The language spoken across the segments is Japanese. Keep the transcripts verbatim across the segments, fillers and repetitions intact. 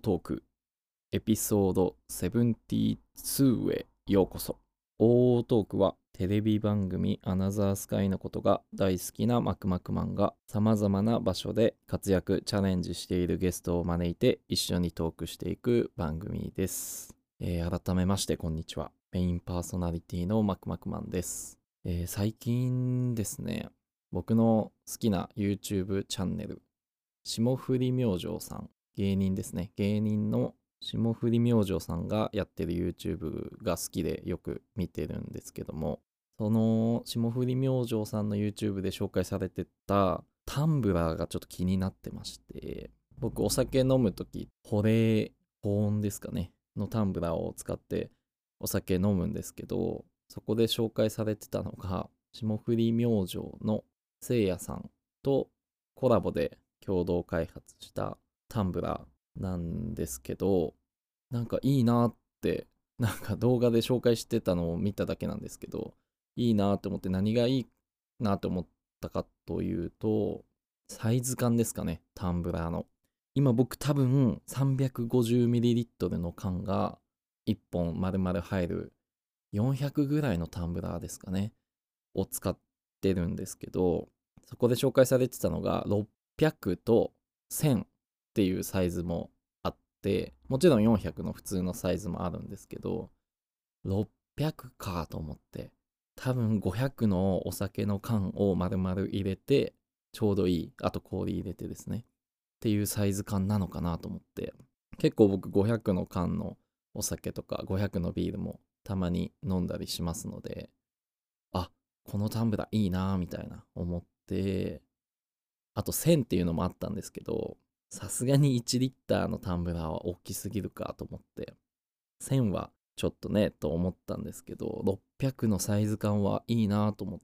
トークエピソードななじゅうにへようこそ。オートークはテレビ番組アナザースカイのことが大好きなマクマクマンがさまざまな場所で活躍チャレンジしているゲストを招いて一緒にトークしていく番組です。えー、改めましてこんにちは。メインパーソナリティのマクマクマンです。えー、最近ですね、僕の好きな YouTube チャンネル霜降り明星さん、芸人ですね。芸人の霜降り明星さんがやってる YouTube が好きでよく見てるんですけども、その霜降り明星さんの YouTube で紹介されてたタンブラーがちょっと気になってまして、僕お酒飲むとき、保冷保温ですかねのタンブラーを使ってお酒飲むんですけど、そこで紹介されてたのが霜降り明星のせいやさんとコラボで共同開発したタンブラーなんですけど、なんかいいなって、なんか動画で紹介してたのを見ただけなんですけど、いいなって思って何がいいなって思ったかというと、サイズ感ですかね、タンブラーの。今僕多分 さんびゃくごじゅうミリリットル の缶がいっぽん丸々入るよんひゃくぐらいのタンブラーですかね、を使ってるんですけど、そこで紹介されてたのがろっぴゃくとせんっていうサイズもあって、もちろんよんひゃくの普通のサイズもあるんですけど、ろっぴゃくかと思って、多分ごひゃくのお酒の缶を丸々入れてちょうどいい、あと氷入れてですねっていうサイズ感なのかなと思って、結構僕ごひゃくの缶のお酒とかごひゃくのビールもたまに飲んだりしますので、あ、このタンブラーいいなみたいな思って、あとせんっていうのもあったんですけど、さすがにいちリッターのタンブラーは大きすぎるかと思って、せんはちょっとねと思ったんですけど、ろっぴゃくのサイズ感はいいなと思って、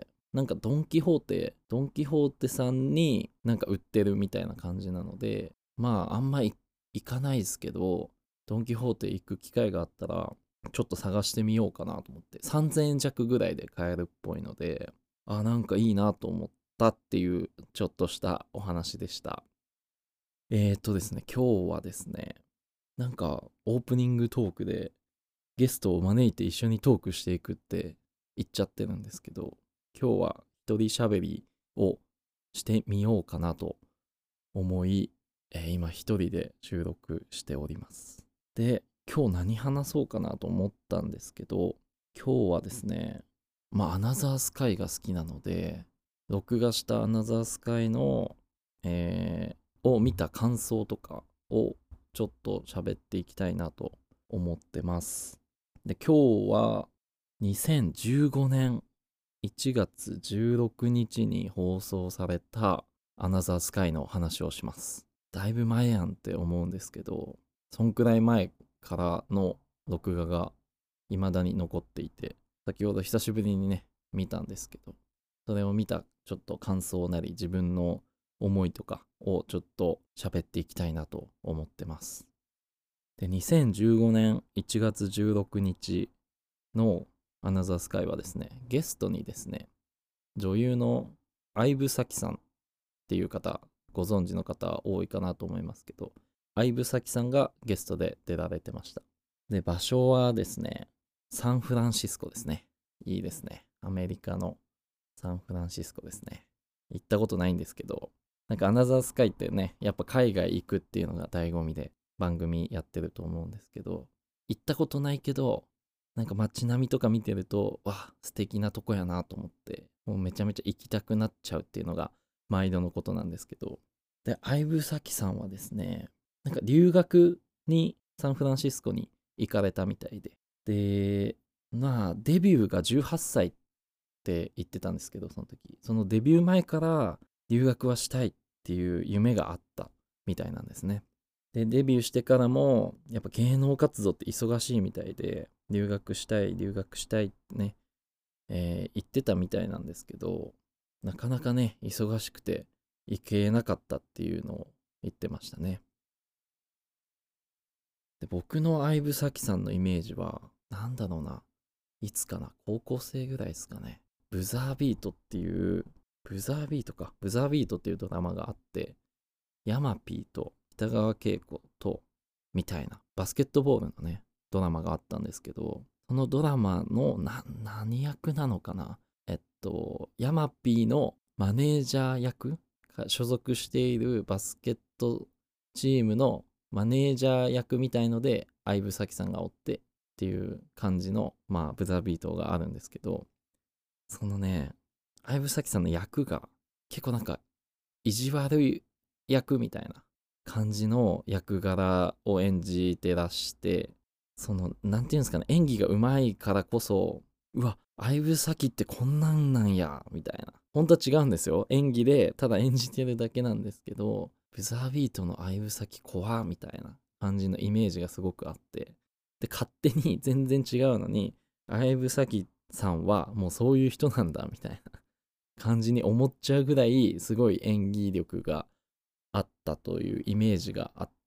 なんかドンキホーテ、ドンキホーテさんになんか売ってるみたいな感じなので、まああんま行かないですけど、ドンキホーテ行く機会があったら、ちょっと探してみようかなと思って、さんぜんえん弱ぐらいで買えるっぽいので、あ、なんかいいなと思ったっていうちょっとしたお話でした。えーとですね、今日はですね、なんかオープニングトークでゲストを招いて一緒にトークしていくって言っちゃってるんですけど、今日は一人喋りをしてみようかなと思い、えー今一人で収録しております。で、今日何話そうかなと思ったんですけど、今日はですね、まあアナザースカイが好きなので、録画したアナザースカイの、えーを見た感想とかをちょっと喋っていきたいなと思ってます。で、今日はにせんじゅうごねんいちがつじゅうろくにちに放送されたアナザースカイの話をします。だいぶ前やんって思うんですけど、そんくらい前からの録画が未だに残っていて、先ほど久しぶりにね、見たんですけど、それを見たちょっと感想なり自分の思いとかをちょっと喋っていきたいなと思ってます。で、にせんじゅうごねんいちがつじゅうろくにちのアナザースカイはですね、ゲストにですね、女優の相武咲さんっていう方、ご存知の方多いかなと思いますけど、相武咲さんがゲストで出られてました。で、場所はですね、サンフランシスコですね。いいですね。アメリカのサンフランシスコですね。行ったことないんですけど、なんかアナザースカイってね、やっぱ海外行くっていうのが醍醐味で番組やってると思うんですけど、行ったことないけど、なんか街並みとか見てると、わ、素敵なとこやなと思って、もうめちゃめちゃ行きたくなっちゃうっていうのが毎度のことなんですけど、で、相武咲さんはですね、なんか留学にサンフランシスコに行かれたみたいで、で、まあ、デビューがじゅうはっさいって言ってたんですけど、その時。そのデビュー前から留学はしたいっていう夢があったみたいなんですね。で、デビューしてからも、やっぱ芸能活動って忙しいみたいで、留学したい、留学したいってね、えー言ってたみたいなんですけど、なかなかね、忙しくて行けなかったっていうのを言ってましたね。で、僕の相武咲さんのイメージは、なんだろうな、いつかな、高校生ぐらいですかね。ブザービートっていう、ブザービートか、ブザービートっていうドラマがあって、ヤマピーと北川景子とみたいなバスケットボールのねドラマがあったんですけど、そのドラマのな何役なのかな、えっとヤマピーのマネージャー役、所属しているバスケットチームのマネージャー役みたいので相武咲さんがおってっていう感じのまあブザービートがあるんですけど、そのね相武咲さんの役が結構なんか意地悪い役みたいな感じの役柄を演じてらして、そのなんていうんですかね、演技がうまいからこそ、うわ相武咲ってこんなんなんやみたいな、本当は違うんですよ、演技でただ演じてるだけなんですけど、ブザービートの相武咲怖みたいな感じのイメージがすごくあって、で勝手に全然違うのに相武咲さんはもうそういう人なんだみたいな感じに思っちゃうぐらいすごい演技力があったというイメージがあって、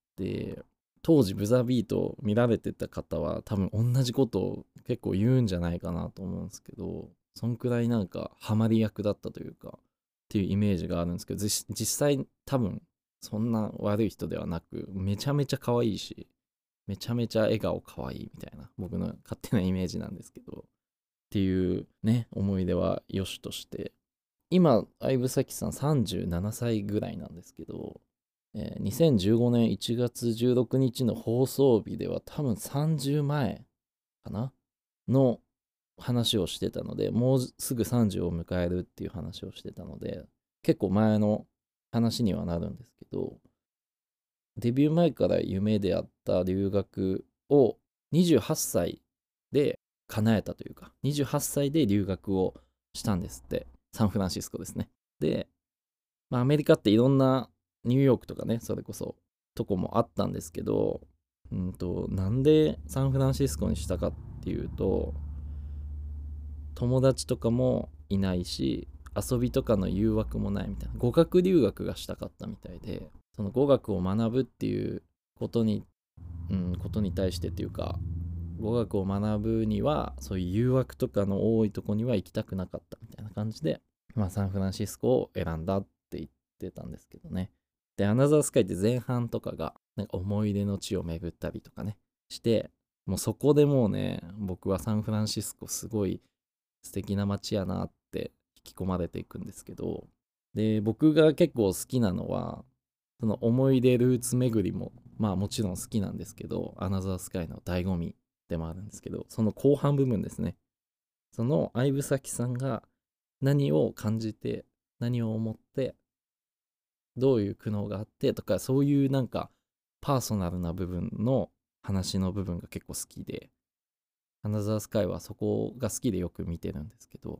当時ブザービートを見られてた方は多分同じことを結構言うんじゃないかなと思うんですけど、そんくらいなんかハマり役だったというかっていうイメージがあるんですけど、実際多分そんな悪い人ではなく、めちゃめちゃ可愛いし、めちゃめちゃ笑顔可愛いみたいな、僕の勝手なイメージなんですけどっていうね思い出はよしとして、今相武咲さんさんじゅうななさいぐらいなんですけど、えーにせんじゅうごねんいちがつじゅうろくにちの放送日では多分さんじゅうまえかなの話をしてたので、もうすぐさんじゅうを迎えるっていう話をしてたので、結構前の話にはなるんですけど、デビュー前から夢であった留学をにじゅうはっさいで叶えたというか、にじゅうはっさいで留学をしたんですって。サンフランシスコですね。で、まあ、アメリカっていろんなニューヨークとかね、それこそとこもあったんですけど、うんと、なんでサンフランシスコにしたかっていうと、友達とかもいないし、遊びとかの誘惑もないみたいな、語学留学がしたかったみたいで、その語学を学ぶっていうことに、うん、ことに対してっていうか、語学を学ぶにはそういう誘惑とかの多いとこには行きたくなかったみたいな感じで、まあ、サンフランシスコを選んだって言ってたんですけどね。で、アナザースカイって前半とかがなんか思い出の地を巡ったりとかねして、もうそこでもうね、僕はサンフランシスコすごい素敵な街やなって引き込まれていくんですけど、で、僕が結構好きなのは、その思い出ルーツ巡りもまあもちろん好きなんですけど、アナザースカイの醍醐味でもあるんですけど、その後半部分ですね。その相武咲さんが何を感じて、何を思って、どういう苦悩があってとか、そういうなんかパーソナルな部分の話の部分が結構好きで、アナザースカイはそこが好きでよく見てるんですけど、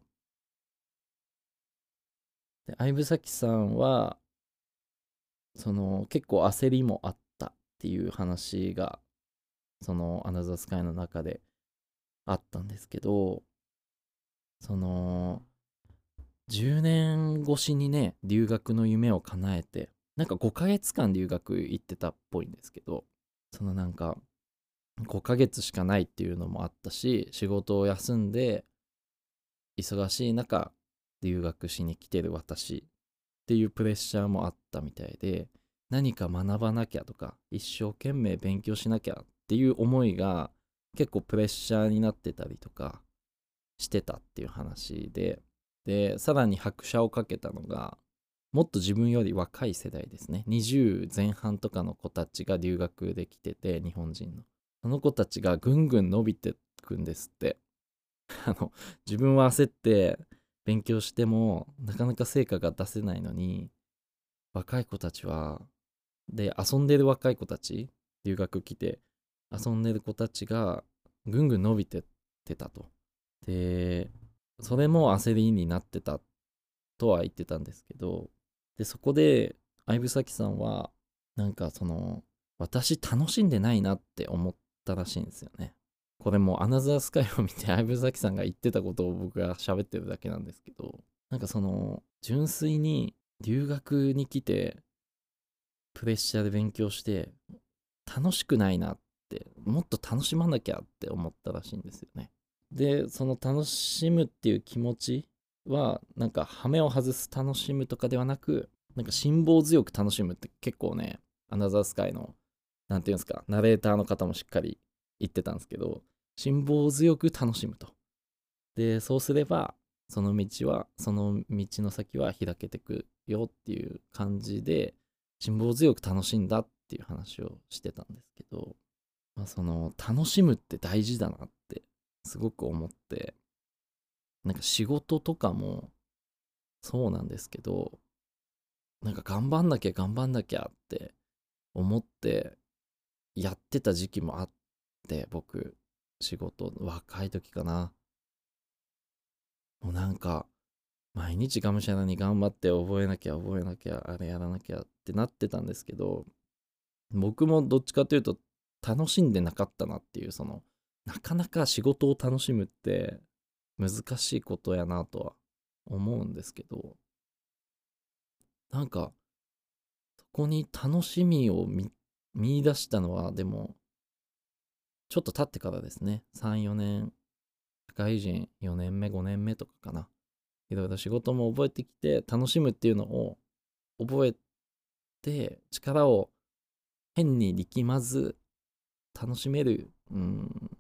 で相武咲さんはその結構焦りもあったっていう話がそのアナザースカイの中であったんですけど、そのじゅうねん越しにね留学の夢を叶えて、なんかごかげつかん留学行ってたっぽいんですけど、そのなんかごかげつしかないっていうのもあったし、仕事を休んで忙しい中留学しに来てる私っていうプレッシャーもあったみたいで、何か学ばなきゃとか一生懸命勉強しなきゃっていう思いが結構プレッシャーになってたりとかしてたっていう話で、でさらに拍車をかけたのが、もっと自分より若い世代ですね、にじゅうぜん半とかの子たちが留学できてて、日本人のその子たちがぐんぐん伸びてくんですって。あの自分は焦って勉強してもなかなか成果が出せないのに、若い子たちはで遊んでる若い子たち、留学来て遊んでる子たちがぐんぐん伸びてってたと。でそれも焦りになってたとは言ってたんですけど、でそこで相武咲さんはなんかその私楽しんでないなって思ったらしいんですよね。これもアナザースカイを見て相武咲さんが言ってたことを僕が喋ってるだけなんですけど、なんかその純粋に留学に来てプレッシャーで勉強して楽しくないなって、もっと楽しまなきゃって思ったらしいんですよね。でその楽しむっていう気持ちはなんか羽目を外す楽しむとかではなく、なんか辛抱強く楽しむって結構ね、アナザースカイのなんていうんですか、ナレーターの方もしっかり言ってたんですけど、辛抱強く楽しむと。で、そうすれば、その道は、その道の先は開けてくよっていう感じで、辛抱強く楽しんだっていう話をしてたんですけど、まあ、その、楽しむって大事だなってすごく思って、なんか仕事とかもそうなんですけど、なんか頑張んなきゃ頑張んなきゃって思ってやってた時期もあって、僕、仕事、若い時かな。もうなんか、毎日がむしゃらに頑張って覚えなきゃ覚えなきゃあれやらなきゃってなってたんですけど、僕もどっちかというと楽しんでなかったなっていう、そのなかなか仕事を楽しむって難しいことやなとは思うんですけど、なんかそこに楽しみを見見出したのはでもちょっと経ってからですね。さん、よねん、社会人よねんめ、ごねんめとかかな。いろいろ仕事も覚えてきて楽しむっていうのを覚えて力を変に力まず楽しめる、うん、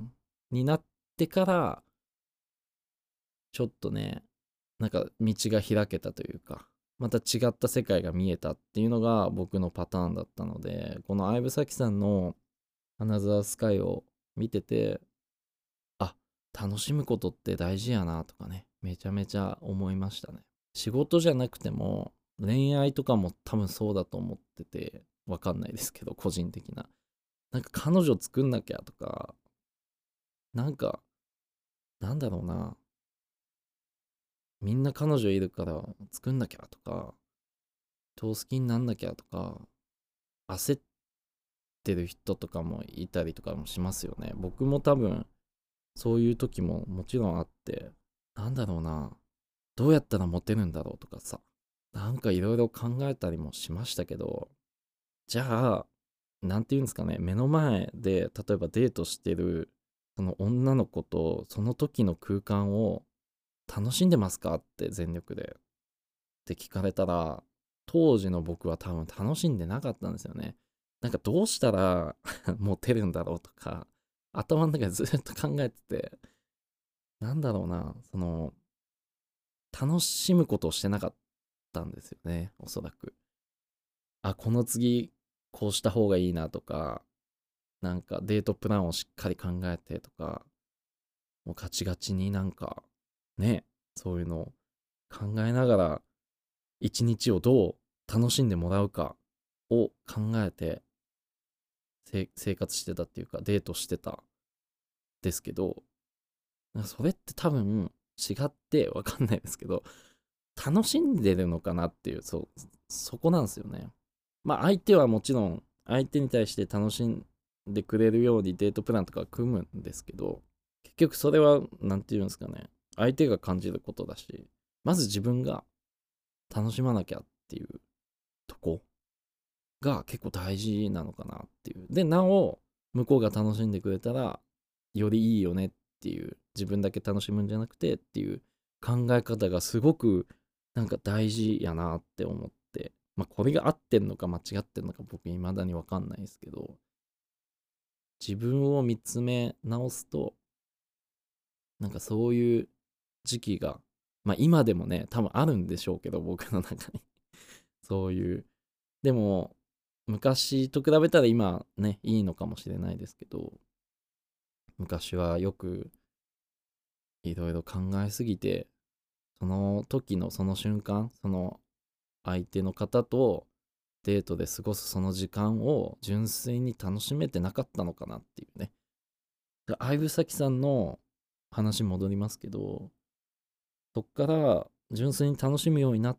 になってから、ちょっとね、なんか道が開けたというか、また違った世界が見えたっていうのが僕のパターンだったので、この相武咲さんのアナザースカイを見てて、あ、楽しむことって大事やなとかね、めちゃめちゃ思いましたね。仕事じゃなくても、恋愛とかも多分そうだと思ってて、わかんないですけど、個人的な。なんか彼女作んなきゃとか、なんか、なんだろうな、みんな彼女いるから作んなきゃとか、人好きになんなきゃとか、焦ってる人とかもいたりとかもしますよね。僕も多分、そういう時ももちろんあって、なんだろうな、どうやったらモテるんだろうとかさ、なんかいろいろ考えたりもしましたけど、じゃあ、なんて言うんですかね、目の前で例えばデートしてるその女の子とその時の空間を楽しんでますかって全力でって聞かれたら、当時の僕は多分楽しんでなかったんですよね。なんかどうしたらモテるんだろうとか、頭の中でずっと考えてて、なんだろうな、その、楽しむことをしてなかったんですよね、おそらく。あ、この次、こうした方がいいなとか、なんかデートプランをしっかり考えてとか、もうガチガチになんか、ね、そういうのを考えながら、一日をどう楽しんでもらうかを考えて生活してたっていうか、デートしてたですけど、それって多分違ってわかんないですけど、楽しんでるのかなっていう、そう、そこなんですよね。まあ相手はもちろん、相手に対して楽しんでくれるようにデートプランとか組むんですけど、結局それは、なんて言うんですかね、相手が感じることだし、まず自分が楽しまなきゃっていうとこが結構大事なのかなっていう。で、なお、向こうが楽しんでくれたら、よりいいよねっていう、自分だけ楽しむんじゃなくてっていう考え方がすごくなんか大事やなって思って、まあこれが合ってんのか間違ってんのか僕未だにわかんないですけど、自分を見つめ直すと、なんかそういう時期が、まあ今でもね、多分あるんでしょうけど、僕の中に。そういう。でも、昔と比べたら今ね、いいのかもしれないですけど、昔はよくいろいろ考えすぎて、その時のその瞬間、その相手の方とデートで過ごすその時間を純粋に楽しめてなかったのかなっていうね。相武咲さんの話戻りますけど、そっから純粋に楽しむようになって、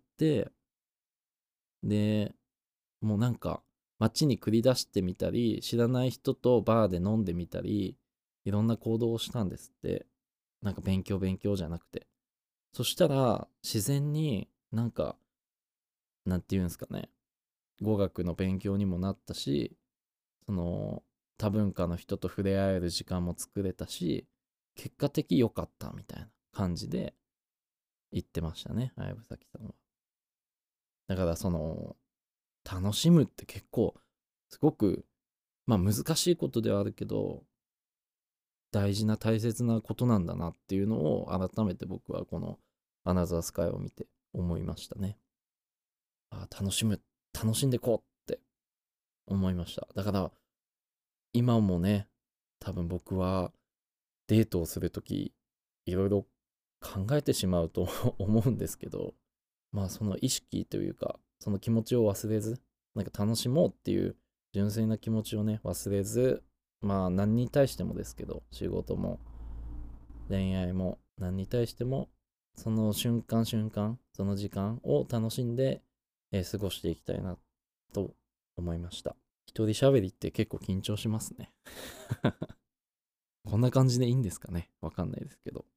で、もうなんか街に繰り出してみたり、知らない人とバーで飲んでみたり、いろんな行動をしたんですって。なんか勉強勉強じゃなくて。そしたら自然になんか、なんて言うんですかね、語学の勉強にもなったし、その多文化の人と触れ合える時間も作れたし、結果的良かったみたいな感じで言ってましたね、相武咲さんは。だからその、楽しむって結構、すごくまあ難しいことではあるけど、大事な大切なことなんだなっていうのを改めて僕はこのアナザースカイを見て思いましたね。あ、楽しむ、楽しんでこうって思いました。だから今もね、多分僕はデートをするとき、いろいろ考えてしまうと思うんですけど、まあその意識というか、その気持ちを忘れず、なんか楽しもうっていう純粋な気持ちをね、忘れず、まあ何に対してもですけど、仕事も恋愛も何に対しても、その瞬間瞬間、その時間を楽しんで、えー過ごしていきたいなと思いました。一人喋りって結構緊張しますね。こんな感じでいいんですかね、わかんないですけど。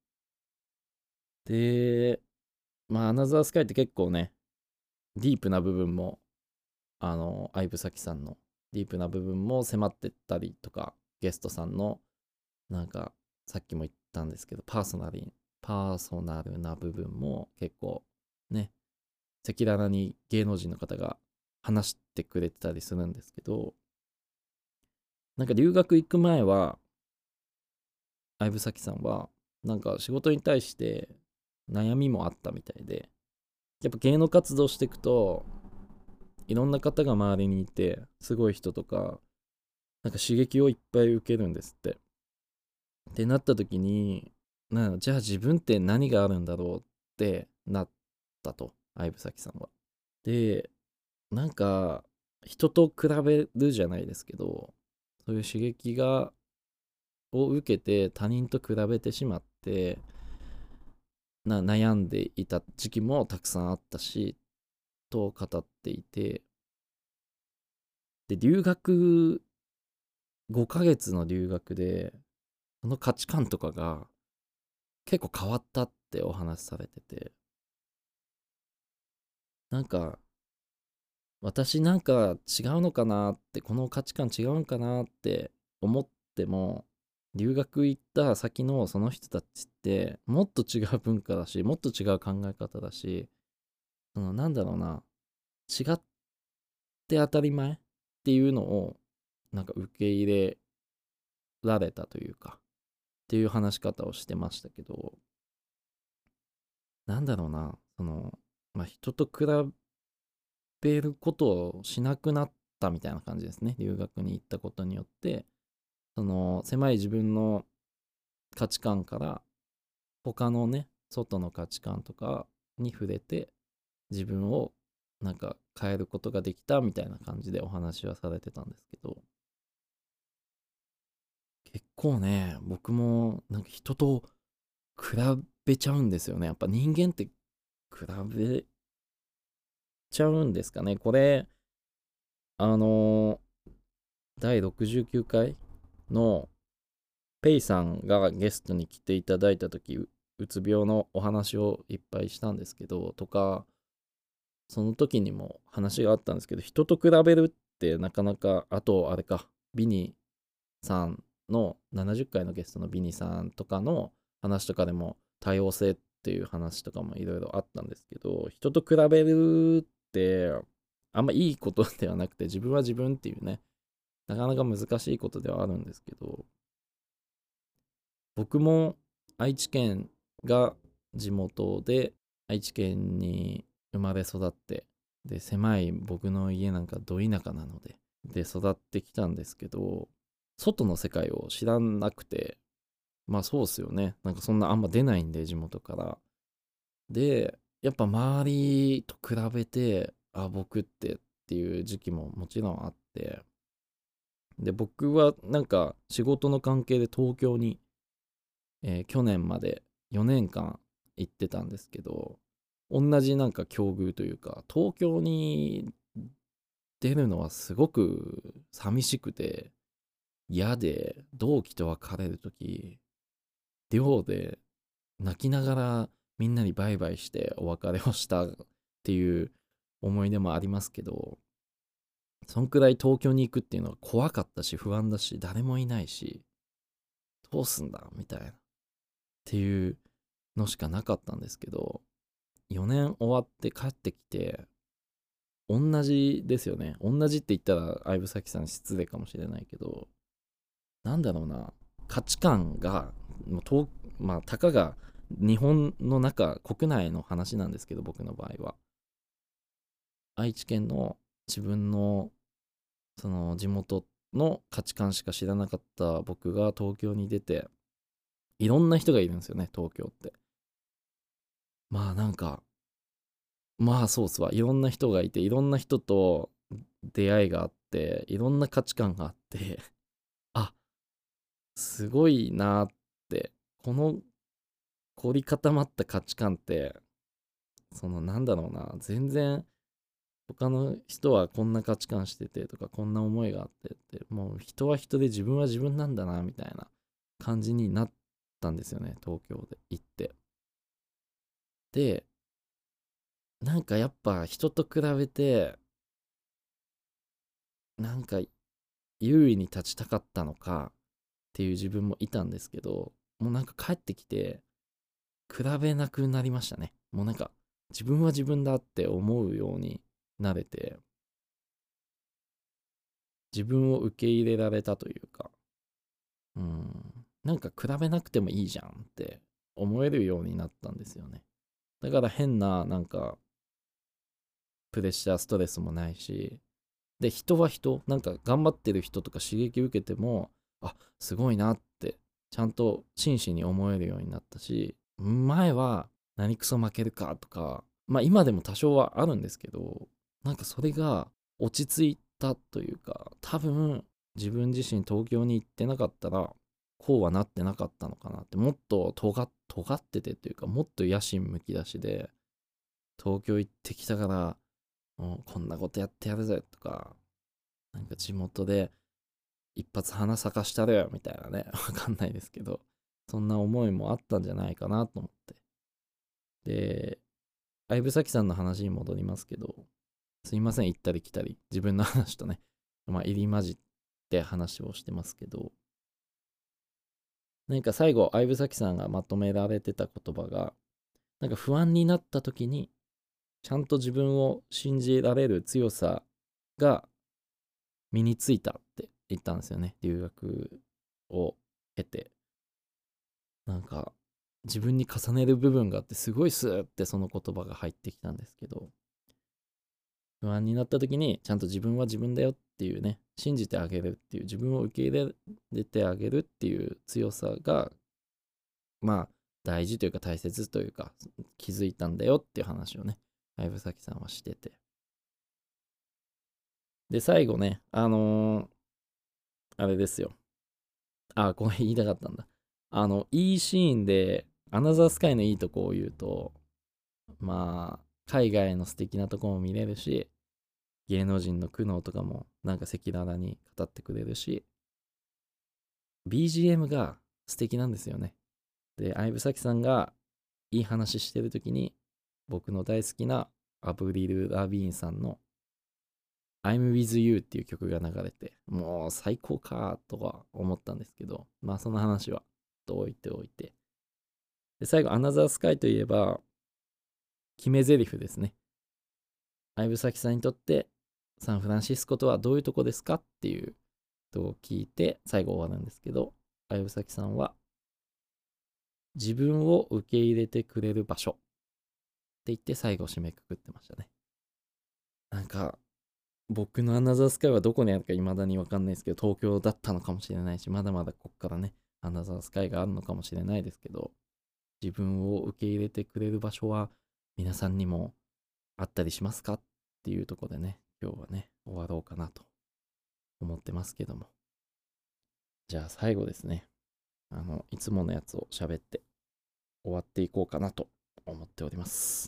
で、まあ、アナザースカイって結構ね、ディープな部分も、あの、相武咲さんのディープな部分も迫ってったりとか、ゲストさんの、なんか、さっきも言ったんですけど、パーソナル、パーソナルな部分も結構、ね、赤裸々に芸能人の方が話してくれてたりするんですけど、なんか留学行く前は、相武咲さんは、なんか仕事に対して悩みもあったみたいで、やっぱ芸能活動していくと、いろんな方が周りにいて、すごい人とか、なんか刺激をいっぱい受けるんですって。ってなった時に、なじゃあ自分って何があるんだろうってなったと、相武咲さんは。で、なんか、人と比べるじゃないですけど、そういう刺激が、を受けて他人と比べてしまって、な悩んでいた時期もたくさんあったし、と語っていて、で、留学、ごかげつの留学で、その価値観とかが結構変わったってお話しされてて、なんか、私なんか違うのかなって、この価値観違うんかなって思っても、留学行った先のその人たちって、もっと違う文化だし、もっと違う考え方だし、そのなんだろうな、違って当たり前っていうのを、なんか受け入れられたというか、っていう話し方をしてましたけど、なんだろうな、その、まあ、人と比べることをしなくなったみたいな感じですね。留学に行ったことによって、その狭い自分の価値観から他のね、外の価値観とかに触れて自分をなんか変えることができたみたいな感じでお話はされてたんですけど、結構ね、僕もなんか人と比べちゃうんですよね。やっぱ人間って比べちゃうんですかね。これ、あのだいろくじゅうきゅうかいのペイさんがゲストに来ていただいた時、ううつ病のお話をいっぱいしたんですけど、とか、その時にも話があったんですけど、人と比べるってなかなか、あと、あれか、ビニさんのななじゅっかいのゲストのビニさんとかの話とかでも多様性っていう話とかもいろいろあったんですけど、人と比べるってあんまいいことではなくて、自分は自分っていうね、なかなか難しいことではあるんですけど、僕も愛知県が地元で、愛知県に生まれ育って、で、狭い僕の家なんかど田舎なので、で、育ってきたんですけど、外の世界を知らなくて、まあそうっすよね。なんかそんなあんま出ないんで、地元から。で、やっぱ周りと比べて、あ、僕ってっていう時期ももちろんあって、で、僕はなんか仕事の関係で東京に、えー去年までよねんかん行ってたんですけど、同じなんか境遇というか、東京に出るのはすごく寂しくて嫌で、同期と別れるとき、寮で泣きながらみんなにバイバイしてお別れをしたっていう思い出もありますけど、そんくらい東京に行くっていうのは怖かったし不安だし、誰もいないし、どうすんだみたいなっていうのしかなかったんですけど、よねん終わって帰ってきて、 同じですよね。同じって言ったら相武咲さん失礼かもしれないけど、なんだろうな、価値観がもうと、まあ、たかが日本の中、国内の話なんですけど、僕の場合は愛知県の自分のその地元の価値観しか知らなかった僕が東京に出て、いろんな人がいるんですよね、東京って。まあなんか、まあそうっすわ、いろんな人がいて、いろんな人と出会いがあって、いろんな価値観があってあ、すごいなって、この凝り固まった価値観って、そのなんだろうな、全然他の人はこんな価値観しててとか、こんな思いがあってって、もう人は人で自分は自分なんだな、みたいな感じになったんですよね、東京で行って。で、なんかやっぱ人と比べて、なんか優位に立ちたかったのかっていう自分もいたんですけど、もうなんか帰ってきて、比べなくなりましたね。もうなんか、自分は自分だって思うようになれて、自分を受け入れられたというか、うん、なんか比べなくてもいいじゃんって思えるようになったんですよね。だから変な、なんか、プレッシャー、ストレスもないし、で、人は人、なんか頑張ってる人とか刺激受けても、あ、すごいなって、ちゃんと真摯に思えるようになったし、前は何クソ負けるかとか、まあ今でも多少はあるんですけど、なんかそれが落ち着いたというか、多分自分自身東京に行ってなかったら、こうはなってなかったのかなって、もっと尖尖っててというか、もっと野心むき出しで、東京行ってきたから、もうこんなことやってやるぜとか、なんか地元で一発花咲かしたるよみたいなね、わかんないですけど、そんな思いもあったんじゃないかなと思って。で、相武咲さんの話に戻りますけど、すいません、行ったり来たり、自分の話とね、まあ、入り混じって話をしてますけど、何か最後、相武咲さんがまとめられてた言葉が、なんか不安になった時に、ちゃんと自分を信じられる強さが身についたって言ったんですよね。留学を経て。なんか、自分に重ねる部分があって、すごいスーってその言葉が入ってきたんですけど、不安になった時に、ちゃんと自分は自分だよっていうね、信じてあげるっていう、自分を受け入れてあげるっていう強さが、まあ、大事というか大切というか、気づいたんだよっていう話をね、相武咲さんはしてて。で、最後ね、あのーあれですよ。あ、これ言いたかったんだ。あの、いいシーンで、アナザースカイのいいとこを言うと、まあ、海外の素敵なとこも見れるし、芸能人の苦悩とかもなんか赤裸々に語ってくれるし、ビージーエム が素敵なんですよね。で、相武咲さんがいい話してるときに、僕の大好きなアブリル・ラビーンさんの I'm with you っていう曲が流れて、もう最高かとは思ったんですけど、まあその話はと置いておいて。で、最後、アナザースカイといえば、決め台詞ですね。相武咲さんにとってサンフランシスコとはどういうとこですかっていうとを聞いて最後終わるんですけど、相武咲さんは自分を受け入れてくれる場所って言って最後締めくくってましたね。なんか僕のアナザースカイはどこにあるか未だに分かんないですけど、東京だったのかもしれないし、まだまだこっからね、アナザースカイがあるのかもしれないですけど、自分を受け入れてくれる場所は皆さんにもあったりしますかっていうところでね、今日はね、終わろうかなと思ってますけども。じゃあ最後ですね、あの、いつものやつを喋って終わっていこうかなと思っております。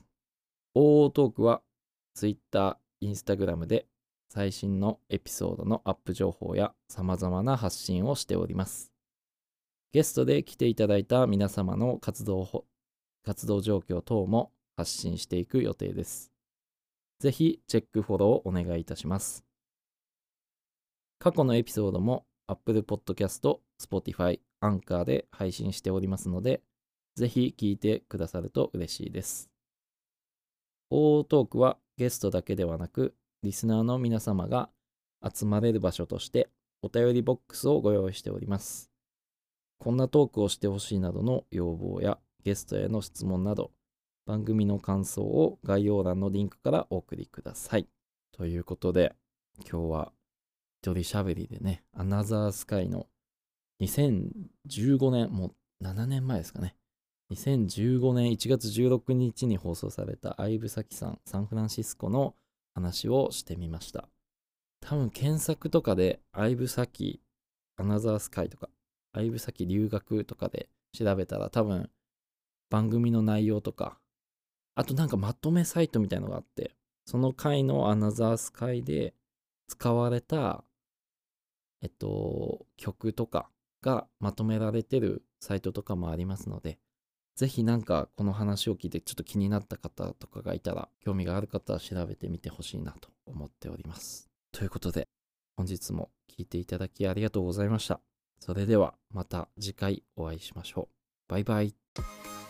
オートークは Twitter、Instagram で最新のエピソードのアップ情報や様々な発信をしております。ゲストで来ていただいた皆様の活動活動状況等も発信していく予定です。ぜひチェックフォローお願いいたします。過去のエピソードも Apple Podcast、Spotify、Anchor で配信しておりますので、ぜひ聞いてくださると嬉しいです。オートークはゲストだけではなく、 リスナーの皆様が集まれる場所としてお便りボックスをご用意しております。こんなトークをしてほしいなどの要望やゲストへの質問など、番組の感想を概要欄のリンクからお送りください。ということで、今日は一人喋りでね、アナザースカイのにせんじゅうごねん、もうななねんまえですかね。にせんじゅうごねんいちがつじゅうろくにちに放送された相武咲さん、サンフランシスコの話をしてみました。多分検索とかで相武咲アナザースカイとか相武咲留学とかで調べたら多分番組の内容とか、あとなんかまとめサイトみたいのがあって、その回のアナザースカイで使われたえっと曲とかがまとめられてるサイトとかもありますので、ぜひなんかこの話を聞いてちょっと気になった方とかがいたら、興味がある方は調べてみてほしいなと思っております。ということで、本日も聞いていただきありがとうございました。それではまた次回お会いしましょう。バイバイ。